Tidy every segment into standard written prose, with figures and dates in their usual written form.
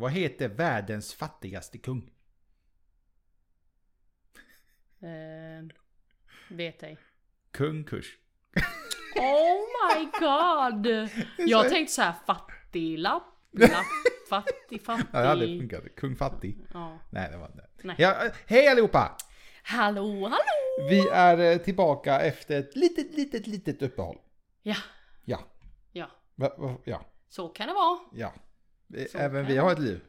Vad heter världens fattigaste kung? Vet ej. Kung Kush. Oh my god! Jag tänkte så här fattig. Ja, det funkade. Kung fattig. Ja. Nej, det var inte. Nej. Ja, hej allihopa! Hallå! Vi är tillbaka efter ett litet uppehåll. Ja. Ja. Ja. Så kan det vara. Ja. Så Även kan vi har ett liv.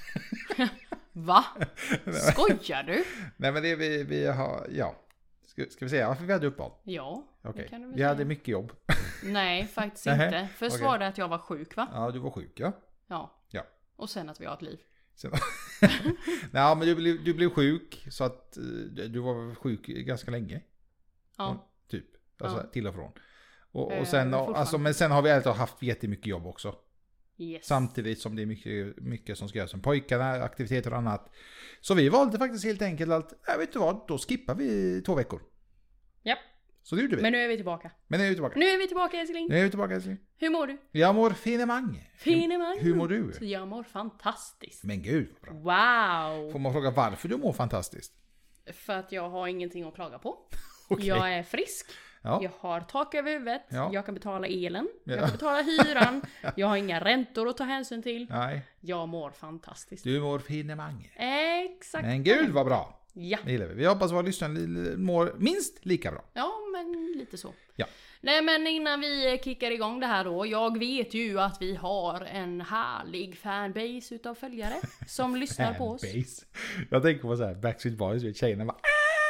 Va? Skojar du? Nej, men det vi har, ja. Ska vi säga varför vi hade uppehåll? Ja, Okej. det kan du väl Vi säga. hade mycket jobb. Nej, faktiskt Nähä, inte. Först okej. var det att jag var sjuk, va? Ja, du var sjuk, ja. Ja. Ja. Och sen att vi har ett liv. Sen... Nej, men du blev sjuk så att du var sjuk ganska länge. Ja. Typ. Alltså Ja. till och från. Och sen, fortfarande. alltså, men sen har vi alltså haft jättemycket jobb också. Yes. Samtidigt som det är mycket som ska göras som pojkarna, aktiviteter och annat. Så vi valde faktiskt helt enkelt att, vet du vad, då skippar vi 2 veckor. Japp. Så det gjorde vi. Men nu är vi tillbaka. Nu är vi tillbaka. Älskling. Älskling. Hur mår du? Jag mår finemang. Finemang. Hur mår du? Jag mår fantastiskt. Men gud vad bra. Wow. Får man fråga varför du mår fantastiskt? För att jag har ingenting att klaga på. Okej. Jag är frisk. Ja. Jag har tak över huvudet. Ja. Jag kan betala elen. Ja. Jag kan betala hyran. Jag har inga räntor att ta hänsyn till. Nej, Jag mår fantastiskt. du mår finemang. Exakt. Men gud vad bra. Ja. Det gillar vi. Vi hoppas att våra lyssnare mår minst lika bra. Ja, men lite så. Ja. Nej, men innan vi kickar igång det här då. Jag vet ju att vi har en härlig fanbase utav följare som lyssnar på oss. Fanbase. Jag tänker på så här Backstreet Boys, vet tjejerna bara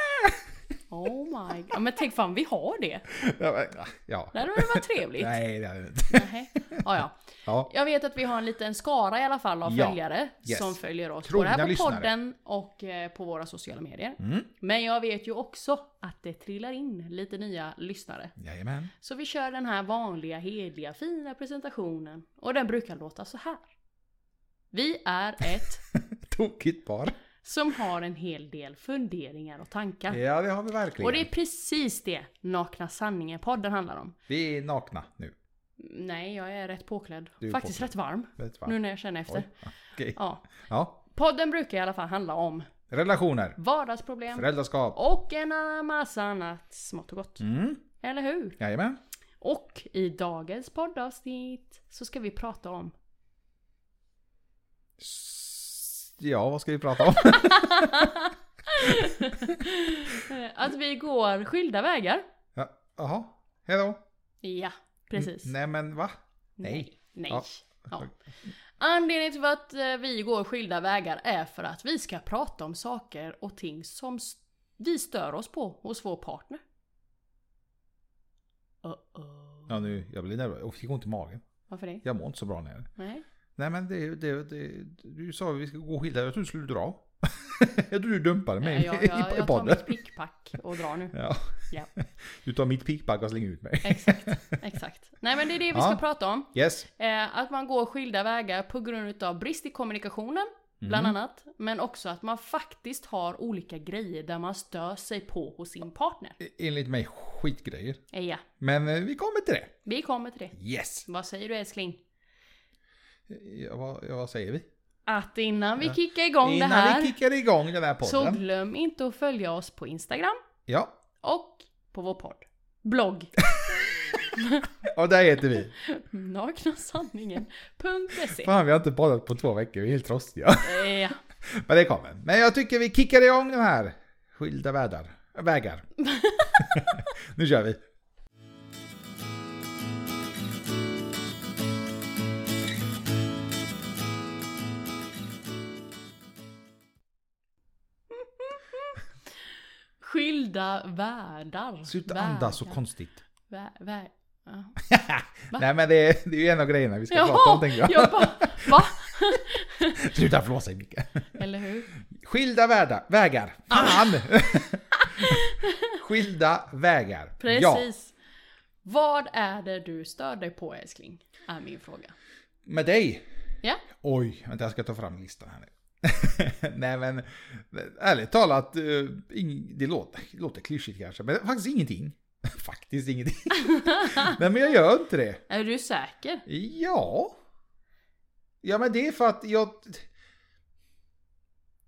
Oh my god. Ja, men tänk fan, vi har det. ja. Det hade väl varit trevligt. Nej, det är det inte. Nej. Ja. Ja. Jag vet att vi har en liten skara i alla fall av Ja. följare Yes. som följer oss. Trogna Både här på lyssnare. podden och på våra sociala medier. Mm. Men jag vet ju också att det trillar in lite nya lyssnare. Jajamän. Så vi kör den här vanliga, hedliga, fina presentationen. Och den brukar låta så här. Vi är ett Tokigt par. som har en hel del funderingar och tankar. Ja, det har vi verkligen. Och det är precis det Nakna sanningen-podden handlar om. Vi är nakna nu. Nej, jag är rätt påklädd. Du är Faktiskt påklädd. rätt varm. Vet vad? Nu när jag känner efter. Oj. Okej. Ja. Ja. Podden brukar i alla fall handla om Relationer. vardagsproblem Föräldraskap. och en massa annat smått och gott. Mm. Eller hur? Jajamän. Och i dagens poddavsnitt så ska vi prata om Ja, vad ska vi prata om? att vi går skilda vägar. Ja. Jaha. Hejdå. Ja, precis. Nej, men va? Nej. Nej. Ja. Ja. Anledningen till att vi går skilda vägar är för att vi ska prata om saker och ting som vi stör oss på hos vår partner. Ja, nu, jag blir nervös. Jag fick ont i magen. Varför det? Jag mår inte så bra när. Nej. Nej, men du sa att vi ska gå skilda. Jag trodde du skulle dra. Jag tror du dumpade mig Jag i tar podden. mitt pickpack och drar nu. Ja. Ja. Du tar mitt pickpack och slänger ut mig. Exakt. Nej, men det är det vi ska prata om. Yes. Att man går skilda vägar på grund av brist i kommunikationen, bland annat. Men också att man faktiskt har olika grejer där man stör sig på hos sin partner. Enligt mig skitgrejer. Ja, Men vi kommer till det. vi kommer till det. Yes. Vad säger du, älskling? Ja, vad säger vi? Att innan vi kickar igång det Innan här vi kickar igång den här så podden. glöm inte att följa oss på Instagram Ja. och på vår podd. Blogg. Och där heter vi. Naknasanningen.se. Fan, vi har inte poddat på 2 veckor. Vi är helt rostiga. Ja. Men det kommer. Men jag tycker vi kickar igång den här skilda vägar. Nu kör vi. Skilda världar. Sluta andas så konstigt. Ja. Nej, men det är ju en av grejerna vi ska prata om, tänker jag. Jag bara, va? Sluta flåsa i mycket. Eller hur? Skilda vägar. Fan! Skilda vägar. Precis. Ja. Vad är det du stör dig på, älskling? Är min fråga. Med dig. Ja? Oj, vänta, jag ska ta fram listan här nu. Nej, men ärligt talat, det låter klyschigt kanske, men faktiskt ingenting. Faktiskt ingenting. Nej, men jag gör inte det. Är du säker? Ja. Ja, men det är för att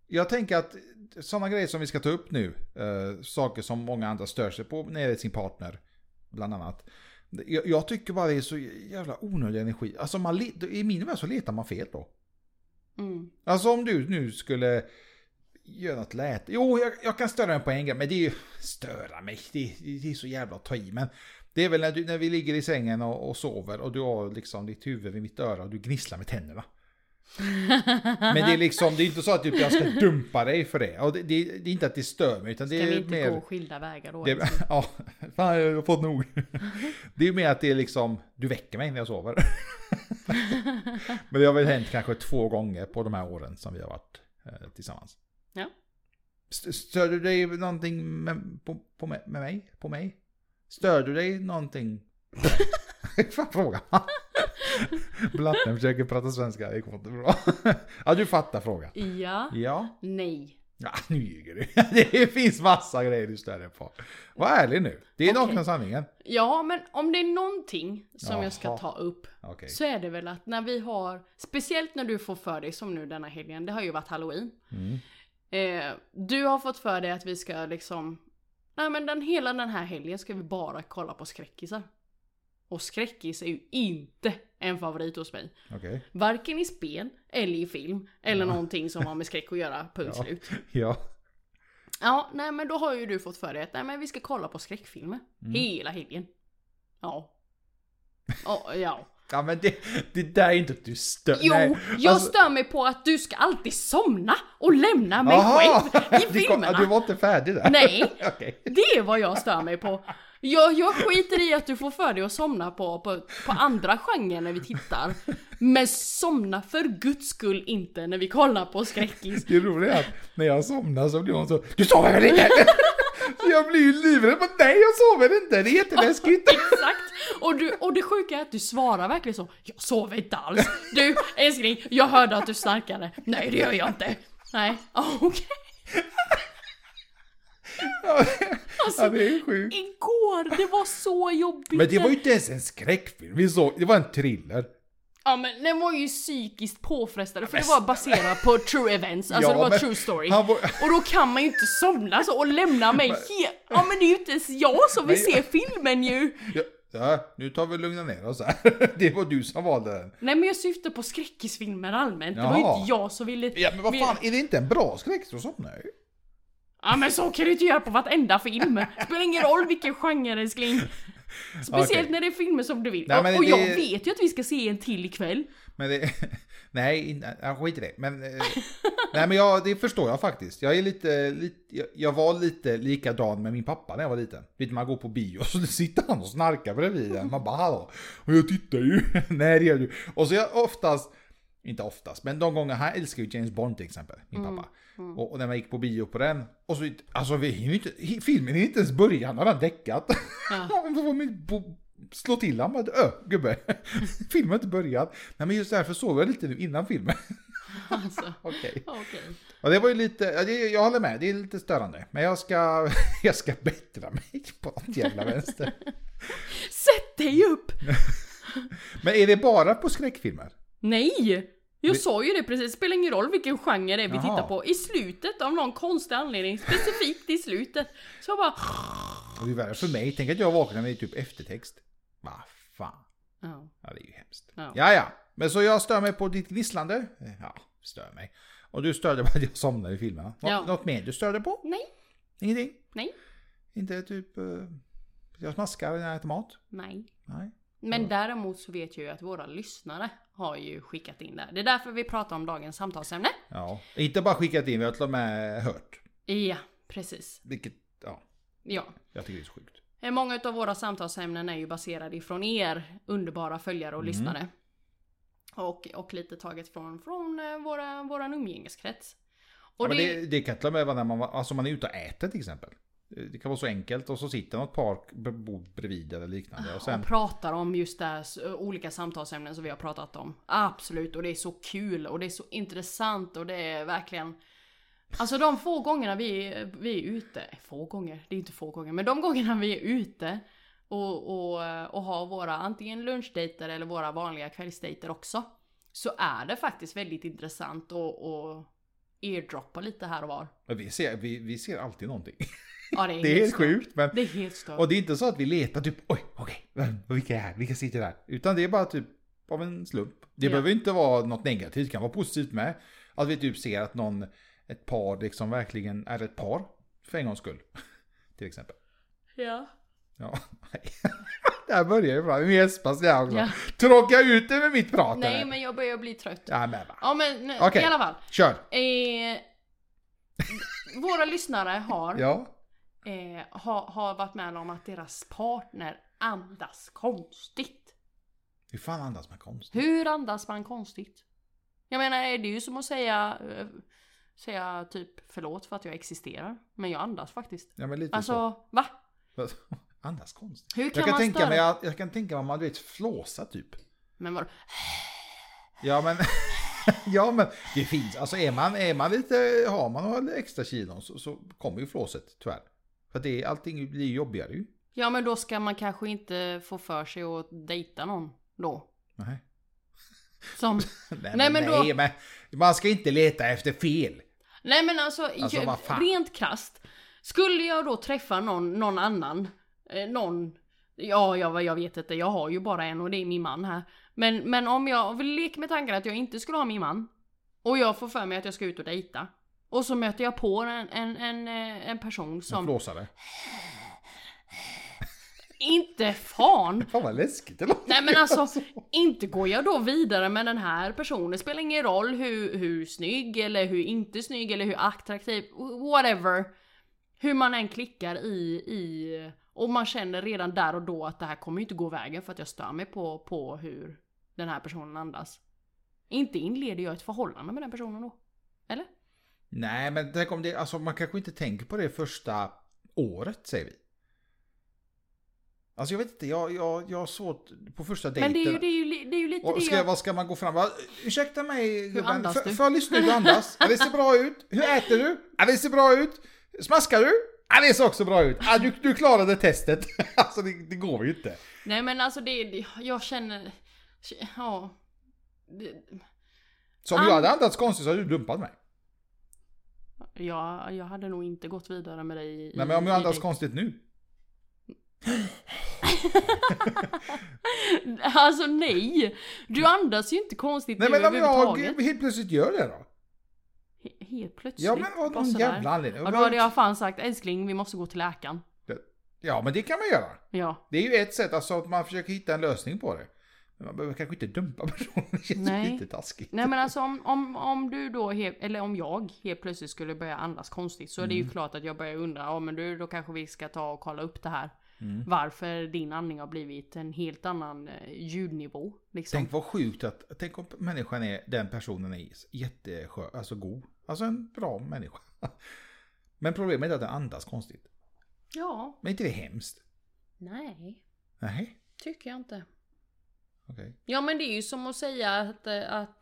jag tänker att sådana grejer som vi ska ta upp nu, saker som många andra stör sig på när det är sin partner, bland annat. Jag tycker bara det är så jävla onödig energi. Alltså i min värld så letar man fel då. Alltså om du nu skulle göra något läte. Jo, jag kan störa mig på en grej, men det är ju störa mig. Det är så jävla att ta i, men det är väl när vi ligger i sängen och sover och du har liksom ditt huvud vid mitt öra och du gnisslar med tänderna. Men det är liksom, det är inte så att typ, jag ska dumpa dig för det. Och det är inte att det stör mig, utan det är ska vi inte mer, gå skilda vägar då? Ja, fan, jag har fått nog. Det är mer att det är liksom, du väcker mig när jag sover. Men det har väl hänt kanske 2 gånger på de här åren som vi har varit tillsammans. Ja. Stör du dig någonting på mig? Stör du dig någonting? Fan, fråga. Blatten försöker prata svenska, det går inte bra. Ja, du fattar frågan. Ja. Nej. Ja, nu ljuger du. Det finns massa grejer du stör dig på. Var ärlig nu. Det är nakna sanningen. Ja, men om det är någonting som jag ska ta upp, så är det väl att när vi har, speciellt när du får för dig som nu denna helgen, det har ju varit Halloween. Du har fått för dig att vi ska liksom, nej men hela den här helgen ska vi bara kolla på skräckisar. Och skräckis är ju inte en favorit hos mig. Okay. Varken i spel eller i film eller någonting som har med skräck att göra, punkt slut. Ja, nej men då har ju du fått för dig att nej, men vi ska kolla på skräckfilmer hela helgen. Ja. Ja, men det där är inte att du stör. Jo, nej, jag stör mig på att du ska alltid somna och lämna mig själv i filmerna. Du var inte färdig där. Nej, okay. Det är vad jag stör mig på. Jag skiter i att du får för dig att somna på andra genrer när vi tittar. Men somna för guds skull inte när vi kollar på skräckis. Det är roligt att när jag somnar så blir hon så, du sover väl inte? Så jag blir ju livrädd, men nej jag sover inte, det är jätteläskigt. Exakt, och det sjuka är att du svarar verkligen så, jag sover inte alls. Du, älskling, jag hörde att du snarkade. Nej, det gör jag inte. Nej, okej. Alltså, ja, det är sjukt. Igår, det var så jobbigt. Men det var ju inte ens en skräckfilm, det var en thriller. Ja, men den var ju psykiskt påfrestande, för det var baserat på true events, alltså det var true story. Och då kan man ju inte somna så och lämna mig Ja, men det är ju inte ens jag som vill se filmen ju. Ja, nu tar vi lugna ner oss här. Det var du som valde den. Nej, men jag syftar på skräckisfilmer allmänt. Det var ju inte jag som ville. Ja, men vad fan, är det inte en bra skräck så somnar jag? Ja, men så kan du inte göra på vartenda film. Spelar ingen roll vilken genre, älskling. Speciellt när det är filmer som du vill. Nej, och jag vet ju att vi ska se en till ikväll. Men det, nej, jag skiter i det. Men, nej, men det förstår jag faktiskt. Jag var lite likadan med min pappa när jag var liten. Vet man går på bio så sitter han och snarkar bredvid den. Man bara, hallå. Och jag tittar ju. Nej, det gör du. Och så jag inte oftast, men de gånger han älskar ju James Bond till exempel, min pappa. Och när man gick på bio på den, och så, alltså filmen är inte ens början, har han däckat. Slå till han, gubbe. Filmen är inte börjat. Nej, men just därför såg jag lite nu innan filmen. Alltså, okej. Och det var ju lite, jag håller med, det är lite störande. Men jag ska bättra mig på något jävla vänster. Sätt dig upp! Men är det bara på skräckfilmer? Nej! Jag sa ju det precis, det spelar ingen roll vilken genre det är vi tittar på. I slutet, av någon konstig anledning, specifikt i slutet. Så jag bara... Och det är värre för mig, tänk att jag vaknar med typ eftertext. Va fan. Ja, det är ju hemskt. Ja. Men så jag stör mig på ditt gnisslande. Ja, stör mig. Och du störde på att jag somnade i filmen. Något mer du störde på? Nej. Ingenting? Nej. Inte typ... jag smaskar när jag äter mat? Nej. Men däremot så vet jag ju att våra lyssnare har ju skickat in det. Det är därför vi pratar om dagens samtalsämne. Ja, inte bara skickat in, vi har till och med hört. Ja, precis. Vilket, ja. Jag tycker det är så sjukt. Många av våra samtalsämnen är ju baserade ifrån er underbara följare och lyssnare. Och lite taget från våran umgängeskrets. Och men det kan till och med vara när man är ute och äter till exempel. Det kan vara så enkelt och så sitter något par bredvid eller liknande. Och sen pratar om just det olika samtalsämnen som vi har pratat om. Absolut, och det är så kul och det är så intressant och det är verkligen... Alltså de få gångerna vi är ute, få gånger, det är inte få gånger, men de gångerna vi är ute och har våra antingen lunchdejter eller våra vanliga kvällsdejter också, så är det faktiskt väldigt intressant och airdroppa lite här och var. Vi ser alltid någonting. Ja, det är helt sjukt. Men, det är helt stört. Och det är inte så att vi letar typ, okej, vilka är här? Vilka sitter där? Utan det är bara typ av en slump. Det behöver inte vara något negativt, det kan vara positivt med. Att vi typ ser att ett par liksom verkligen är ett par för en gångs skull. Till exempel. Ja. Där börjar ju bra. Vi gäspas där också. Ja. Tråkar ut det med mitt prat. Nej, men jag börjar bli trött. Ja, men va. Ja, men okay. I alla fall. Kör. Våra lyssnare har varit med om att deras partner andas konstigt. Hur fan andas man konstigt? Hur andas man konstigt? Jag menar, det är ju som att säga typ förlåt för att jag existerar. Men jag andas faktiskt. Ja, men lite alltså, så. Va? Andas konstigt. Hur kan jag kan tänka mig om man vet flåsa typ. Men vad? Ja, men ja, men det finns. Alltså är man lite, har man några extra kilon så kommer ju flåset tyvärr. För allting blir jobbigare ju. Ja, men då ska man kanske inte få för sig att dejta någon då. Nej. Som nej, men man ska inte leta efter fel. Nej, men alltså rent krasst. Skulle jag då träffa någon annan, jag vet inte, jag har ju bara en och det är min man här. Men om jag vill leka med tanken att jag inte skulle ha min man och jag får för mig att jag ska ut och dejta och så möter jag på en person som... En flåsare. Inte fan. Fan vad läskigt det låter. Nej, men alltså, inte går jag då vidare med den här personen. Det spelar ingen roll hur snygg eller hur inte snygg eller hur attraktiv, whatever. Hur man än klickar i och man känner redan där och då att det här kommer inte gå vägen för att jag stör mig på hur den här personen andas. Inte inleder jag ett förhållande med den personen då. Eller? Nej, men tänk om det, alltså man kanske inte tänker på det första året, säger vi. Alltså jag vet inte, jag såg på första dejten. Men det är ju lite det. Vad ska man gå fram? Ursäkta mig, hur andas du? Får jag lyssna hur du andas? Ja, det ser bra ut. Hur äter du? Ja, det ser bra ut. Smaskar du? Ja, det ser också bra ut. Ja, du klarade testet. Alltså det går ju inte. Nej, men alltså jag känner... Ja... Så om jag hade andats konstigt så hade du dumpat mig. Ja, jag hade nog inte gått vidare med dig. Nej, men om jag andas konstigt nu? Alltså nej. Du andas ju inte konstigt. Nej, men om jag helt plötsligt gör det då? Helt plötsligt? Ja, men vad någon jävla anledning. Ja, då hade jag fan sagt, älskling, vi måste gå till läkaren. Ja, men det kan man göra. Ja. Det är ju ett sätt, alltså att man försöker hitta en lösning på det. Men man behöver kanske inte dumpa personen. Det känns lite taskigt. Nej, men alltså om du då, eller om jag helt plötsligt skulle börja andas konstigt, så är det ju klart att jag börjar undra, men då kanske vi ska ta och kolla upp det här. Varför din andning har blivit en helt annan ljudnivå. Liksom. Tänk vad sjukt tänk om människan den personen är jätteskön, alltså god. Alltså en bra människa. Men problemet är att den andas konstigt. Ja. Men är inte det hemskt? Nej. Nej. Tycker jag inte. Okay. Ja, men det är ju som att säga att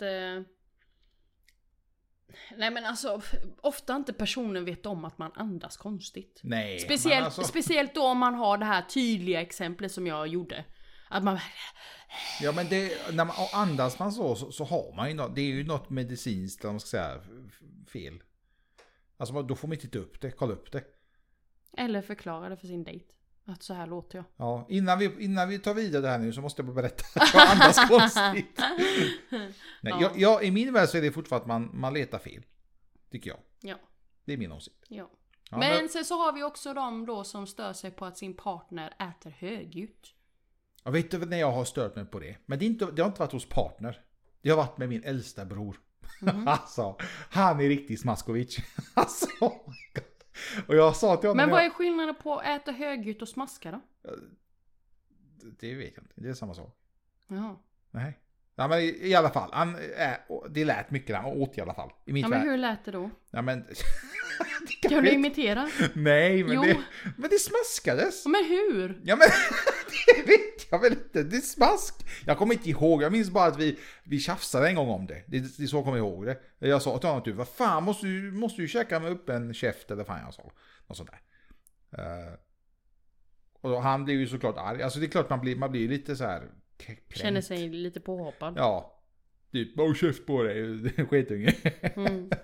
nej, men alltså ofta inte personen vet om att man andas konstigt. Nej. Speciellt då om man har det här tydliga exemplet som jag gjorde. Att man... Ja, men när man andas man så har man ju något, det är ju något medicinskt, eller man ska säga, fel. Alltså då får man inte upp det, kolla upp det. Eller förklara det för sin dejt. Att så här låter jag. Ja, innan vi tar vidare det här nu så måste jag bara berätta att jag andas konstigt. Nej, ja. I min värld så är det fortfarande att man letar fel. Tycker jag. Ja. Det är min åsikt. Ja. Men sen så har vi också de då som stör sig på att sin partner äter högljutt. Jag vet inte när jag har stört mig på det. Men det har inte varit hos partner. Det har varit med min äldsta bror. Alltså, han är riktigt smaskovic. Alltså, oh my God. Och jag sa till honom... Men vad är skillnaden på att äta högljutt och smaska då? Det vet jag inte. Det är samma sak. Jaha. Nej. Ja, men i alla fall. Det lät mycket. Han åt i alla fall. Men hur lät det då? Ja, men... Kan du imitera? Nej, men det smaskades. Men hur? Ja, men det vet jag väl inte. Det är smask. Jag kommer inte ihåg. Jag minns bara att vi tjafsade en gång om det. Det är så jag kommer ihåg det. Jag sa till honom typ, vad fan, måste du käka med upp en käft eller fan jag sa. Något sånt där. Och han blev ju såklart arg. Alltså det är klart man blir lite så här kränkt. Känner sig lite påhoppad. Ja. Typ, bara käft på dig, skitunge.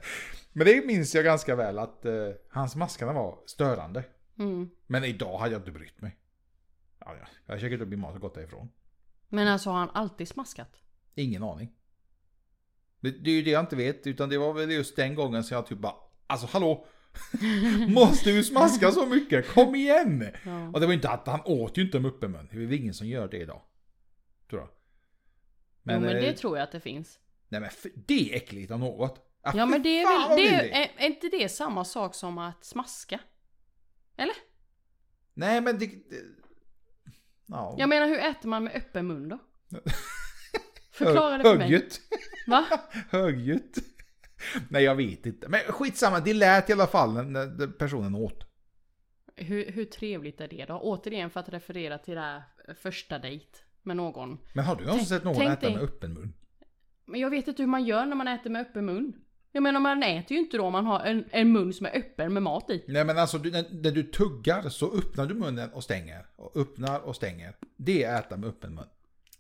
Men det minns jag ganska väl att hans maskarna var störande. Men idag hade jag inte brytt mig. Ja, jag har käkat upp min mat och gått därifrån. Men alltså har han alltid smaskat? Ingen aning. Det är ju det jag inte vet, utan det var väl just den gången så jag typ bara, alltså hallå, måste du smaska så mycket? Kom igen! Ja. Och det var inte att han åt ju inte med öppen mun. Det är väl ingen som gör det idag. Tror jag. Men det tror jag att det finns. Nej men det är äckligt av något. Ja men det är väl, är inte det samma sak som att smaska? Eller? Nej men det ja. Jag menar, hur äter man med öppen mun då? Förklara det för mig. Högljutt. Va? Högljutt. Nej jag vet inte. Men skitsamma, det lät i alla fall när personen åt. Hur trevligt är det då? Återigen för att referera till det här första dejt med någon. Men har du någonsin sett någon äta med öppen mun? Men jag vet inte hur man gör när man äter med öppen mun. Jag menar, man äter ju inte då om man har en mun som är öppen med mat i. Nej men alltså när du tuggar så öppnar du munnen och stänger. Och öppnar och stänger. Det är äta med öppen mun.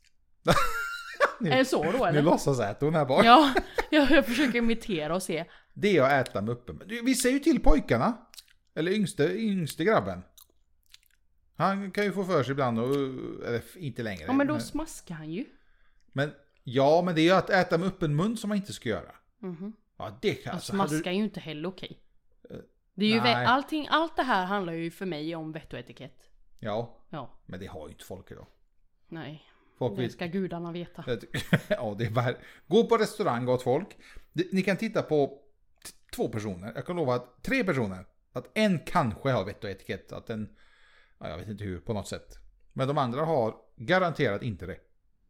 Är det så då eller? Nu låtsas äta hon här bak. Ja, jag försöker imitera och se. Det är att äta med öppen mun. Vi säger ju till pojkarna. Eller yngste grabben. Han kan ju få för sig ibland. Eller inte längre. Ja men då smaskar han ju. Men det är ju att äta med öppen mun som man inte ska göra. Ja, det kan alltså, smaskar ju inte heller okej. Det är ju allt det här handlar ju för mig om vett och etikett. Ja. Men det har ju inte folk idag. Nej. Det ska gudarna veta. Ja, det är bara... Gå på restaurang, gott folk. Ni kan titta på 2 personer. Jag kan lova att 3 personer. Att en kanske har vett och etikett. Att en... Ja, jag vet inte hur, på något sätt. Men de andra har garanterat inte det.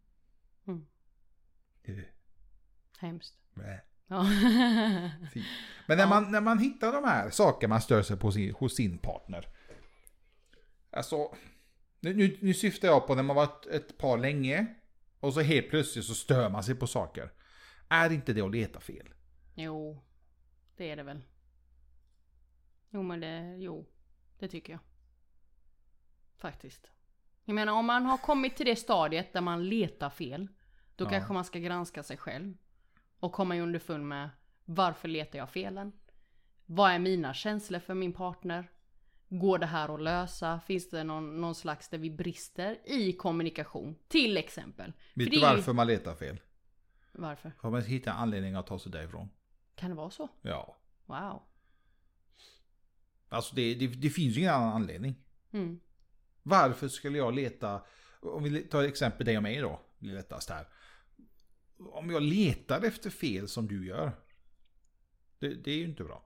Hemskt. Nej. Ja. Men när man hittar de här saker man stör sig på hos sin partner. Alltså... Nu syftar jag på när man varit ett par länge och så helt plötsligt så stör man sig på saker. Är inte det att leta fel? Jo, det är det väl. Det tycker jag. Faktiskt. Jag menar, om man har kommit till det stadiet där man letar fel, då kanske man ska granska sig själv och komma underfund med varför letar jag felen? Vad är mina känslor för min partner? Går det här att lösa? Finns det någon slags där vi brister i kommunikation? Till exempel. Vet du varför man letar fel? Varför? För man hittar anledning att ta sig därifrån. Kan det vara så? Ja. Wow. Alltså det finns ju ingen annan anledning. Varför skulle jag leta... Om vi tar exempel dig och mig då. Det är lättast här. Om jag letar efter fel som du gör. Det är ju inte bra.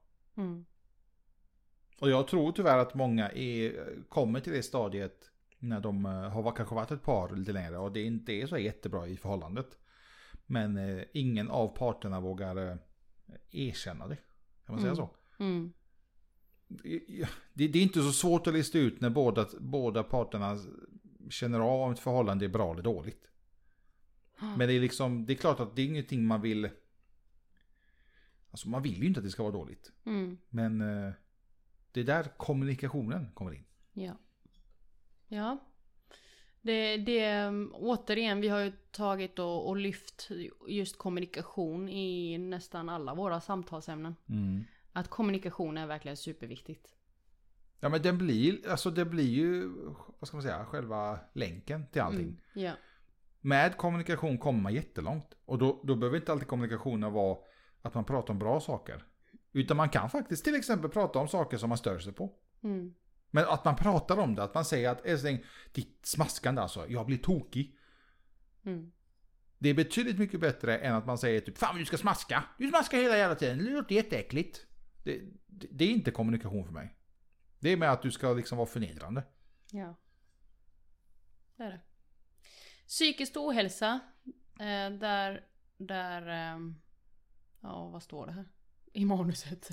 Och jag tror tyvärr att många kommer till det stadiet när de har kanske varit ett par lite längre och det inte är så jättebra i förhållandet. Men ingen av parterna vågar erkänna det. Kan man säga så? Det är inte så svårt att lista ut när båda parterna känner av om ett förhållande är bra eller dåligt. Men det är klart att det är ingenting man vill... Alltså man vill ju inte att det ska vara dåligt. Men... Det är där kommunikationen kommer in. Ja. Det återigen, vi har ju tagit och lyft just kommunikation i nästan alla våra samtalsämnen. Att kommunikation är verkligen superviktigt. Ja men det blir ju, vad ska man säga, själva länken till allting. Med kommunikation kommer man jättelångt. Och då behöver inte alltid kommunikationen vara att man pratar om bra saker. Utan man kan faktiskt till exempel prata om saker som man stör sig på. Men att man pratar om det. Att man säger att ditt smaskande alltså, jag blir tokig. Det är betydligt mycket bättre än att man säger typ, fan du ska smaska. Du smaskar hela jävla tiden, det låter jätteäckligt. Det är inte kommunikation för mig. Det är med att du ska liksom vara förnedrande. Ja. Det är det. Psykisk ohälsa. Ja, vad står det här? I manuset.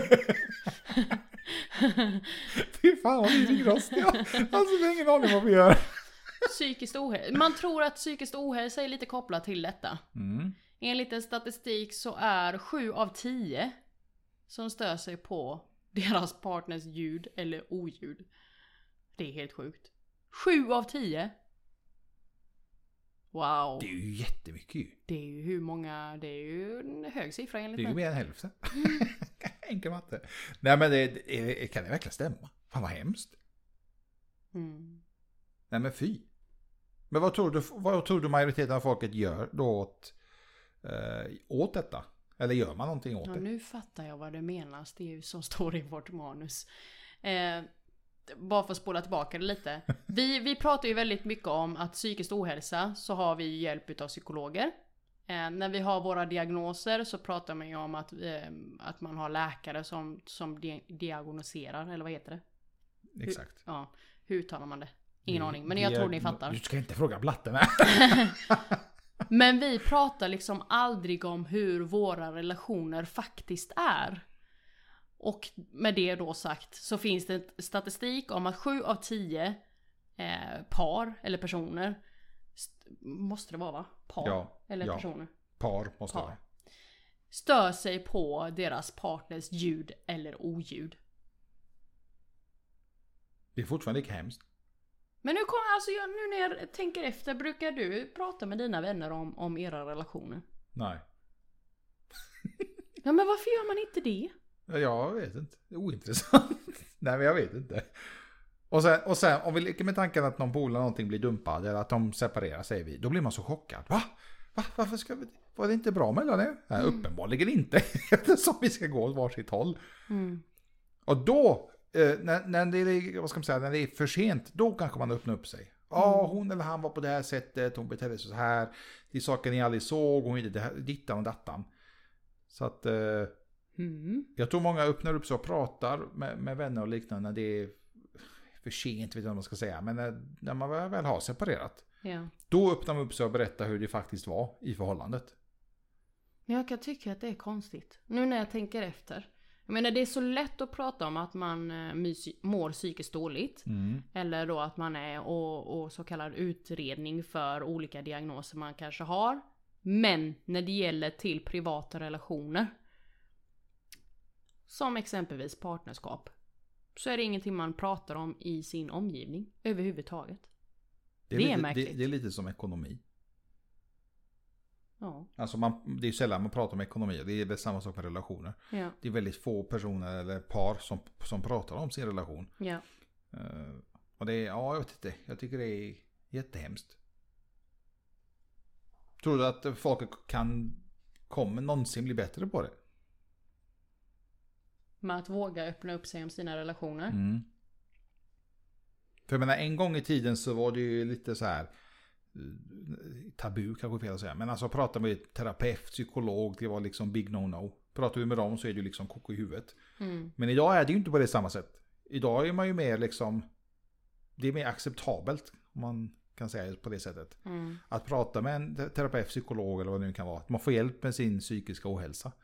Fy fan vad vi fick rostiga. Alltså det är ingen aning vad vi gör. Psykiskt ohälsa. Man tror att psykiskt ohälsa är lite kopplat till detta. Enligt en statistik så är 7 av 10 som stör sig på deras partners ljud eller oljud. Det är helt sjukt. 7 av 10. Wow. Det är ju jättemycket. Det är ju hur många, det är ju en hög siffra enligt det är ju mer än hälften. Enkel matte. Nej, men kan det verkligen stämma? Fan vad hemskt. Nej, men fy. Men vad tror du majoriteten av folket gör då åt detta? Eller gör man någonting åt det? Nu fattar jag vad det menas. Det är ju som står i vårt manus. Bara för att spola tillbaka det lite. Vi pratar ju väldigt mycket om att psykisk ohälsa så har vi hjälp av psykologer. När vi har våra diagnoser så pratar man ju om att man har läkare som diagnostiserar, eller vad heter det? Exakt. Hur uttalar man det? Ingen aning, men jag tror ni fattar. Du ska inte fråga blatten. Men vi pratar liksom aldrig om hur våra relationer faktiskt är. Och med det då sagt så finns det statistik om att 7 av 10 par eller personer måste det vara, va? Par eller personer? Par måste det vara. Stör sig på deras partners ljud eller oljud. Det är fortfarande inte hemskt. Men nu när jag tänker efter, brukar du prata med dina vänner om era relationer? Nej. Ja, men varför gör man inte det? Jag vet inte. Det är ointressant. Nej, men jag vet inte. Och sen om vi leker med tanken att någon polare någonting blir dumpad eller att de separerar, säger vi. Då blir man så chockad. Va? Varför ska vi... Var det inte bra mellan er? Nej, uppenbarligen inte. Eftersom vi ska gå åt varsitt håll. Och då... När det är för sent, då kanske man öppnar upp sig. Hon eller han var på det här sättet, hon betedde sig så här. Det är saker ni aldrig såg, hon gjorde dittan och dattan. Så att jag tror många öppnar upp sig och pratar med vänner och liknande när det är för sent, vet jag vad man ska säga. Men när man väl har separerat, då öppnar man upp sig och berättar hur det faktiskt var i förhållandet. Jag kan tycka att det är konstigt. Nu när jag tänker efter. Jag menar, det är så lätt att prata om att man mår psykiskt dåligt. Eller då att man är och så kallad utredning för olika diagnoser man kanske har. Men när det gäller till privata relationer, som exempelvis partnerskap, så är det ingenting man pratar om i sin omgivning överhuvudtaget. Det är märkligt. Det är lite som ekonomi. Ja. Alltså det är ju sällan man pratar om ekonomi. Det är väl samma sak med relationer. Ja. Det är väldigt få personer eller par som pratar om sin relation. Ja. Och det är, jag vet inte. Jag tycker det är jättehemskt. Tror du att folk kommer någonsin bli bättre på det? Med att våga öppna upp sig om sina relationer? För jag menar, en gång i tiden så var det ju lite så här tabu, kanske fel att säga. Men alltså prata med terapeut, psykolog, det var liksom big no-no. Pratar vi med dem så är det ju liksom koko i huvudet. Men idag är det ju inte på det samma sätt. Idag är man ju mer liksom, det är mer acceptabelt, om man kan säga på det sättet. Att prata med en terapeut, psykolog eller vad det nu kan vara. Att man får hjälp med sin psykiska ohälsa.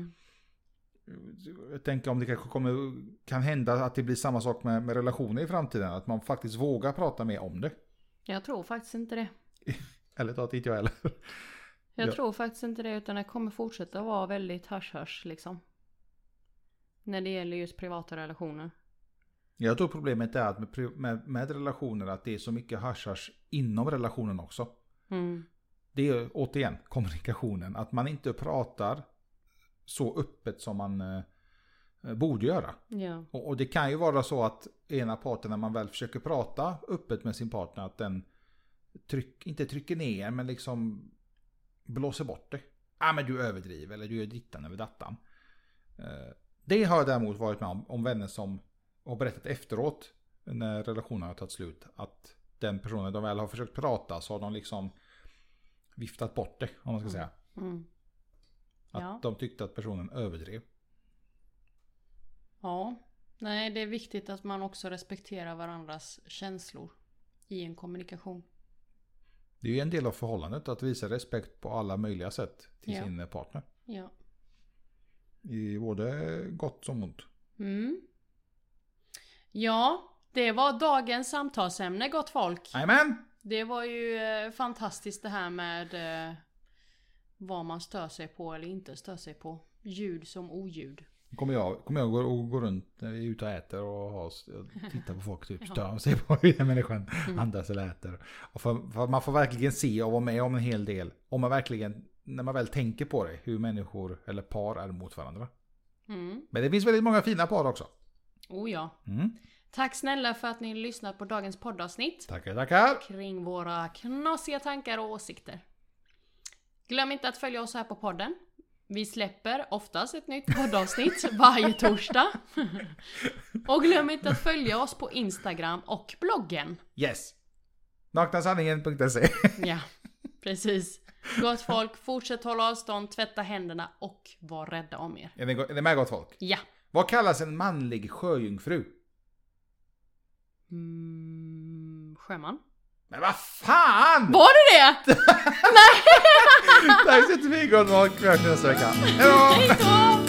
Jag tänker om det kanske kan hända att det blir samma sak med relationer i framtiden. Att man faktiskt vågar prata mer om det. Jag tror faktiskt inte det. Eller ta inte jag heller. Jag tror faktiskt inte det, utan det kommer fortsätta vara väldigt hush liksom. När det gäller just privata relationer. Jag tror problemet är att med relationer att det är så mycket hush inom relationen också. Det är återigen kommunikationen. Att man inte pratar så öppet som man borde göra. Ja. Och det kan ju vara så att ena parten, när man väl försöker prata öppet med sin partner, att den inte trycker ner, men liksom blåser bort det. Men du överdriver, eller du gör dittan över dattan. Det har jag däremot varit med om vänner som har berättat efteråt, när relationen har tagit slut, att den personen de väl har försökt prata, så har de liksom viftat bort det, om man ska säga. Att de tyckte att personen överdrev. Ja, nej, det är viktigt att man också respekterar varandras känslor i en kommunikation. Det är ju en del av förhållandet att visa respekt på alla möjliga sätt till sin partner. Ja. I både gott som ont. Ja, det var dagens samtalsämne, gott folk. Amen. Det var ju fantastiskt det här med vad man stör sig på eller inte stör sig på. Ljud som oljud. Kommer jag gå runt när vi är ute och äter och titta på folk typ stör sig på hur den människan andas eller äter. Och för man får verkligen se och vara med om en hel del. Om man verkligen, när man väl tänker på det, hur människor eller par är mot varandra. Men det finns väldigt många fina par också. Oh ja. Tack snälla för att ni lyssnat på dagens poddavsnitt. Tackar. Kring våra knasiga tankar och åsikter. Glöm inte att följa oss här på podden. Vi släpper oftast ett nytt poddavsnitt varje torsdag. Och glöm inte att följa oss på Instagram och bloggen. Yes. Naknasanningen.se. Ja, precis. Gott folk, fortsätt hålla avstånd, tvätta händerna och var rädda om er. Är det med gott folk? Ja. Vad kallas en manlig sjöjungfru? Sjöman. Men vad fan! Var det det? Nej! Tack så mycket, gott folk. Vi hörs nästa vecka. Hej då!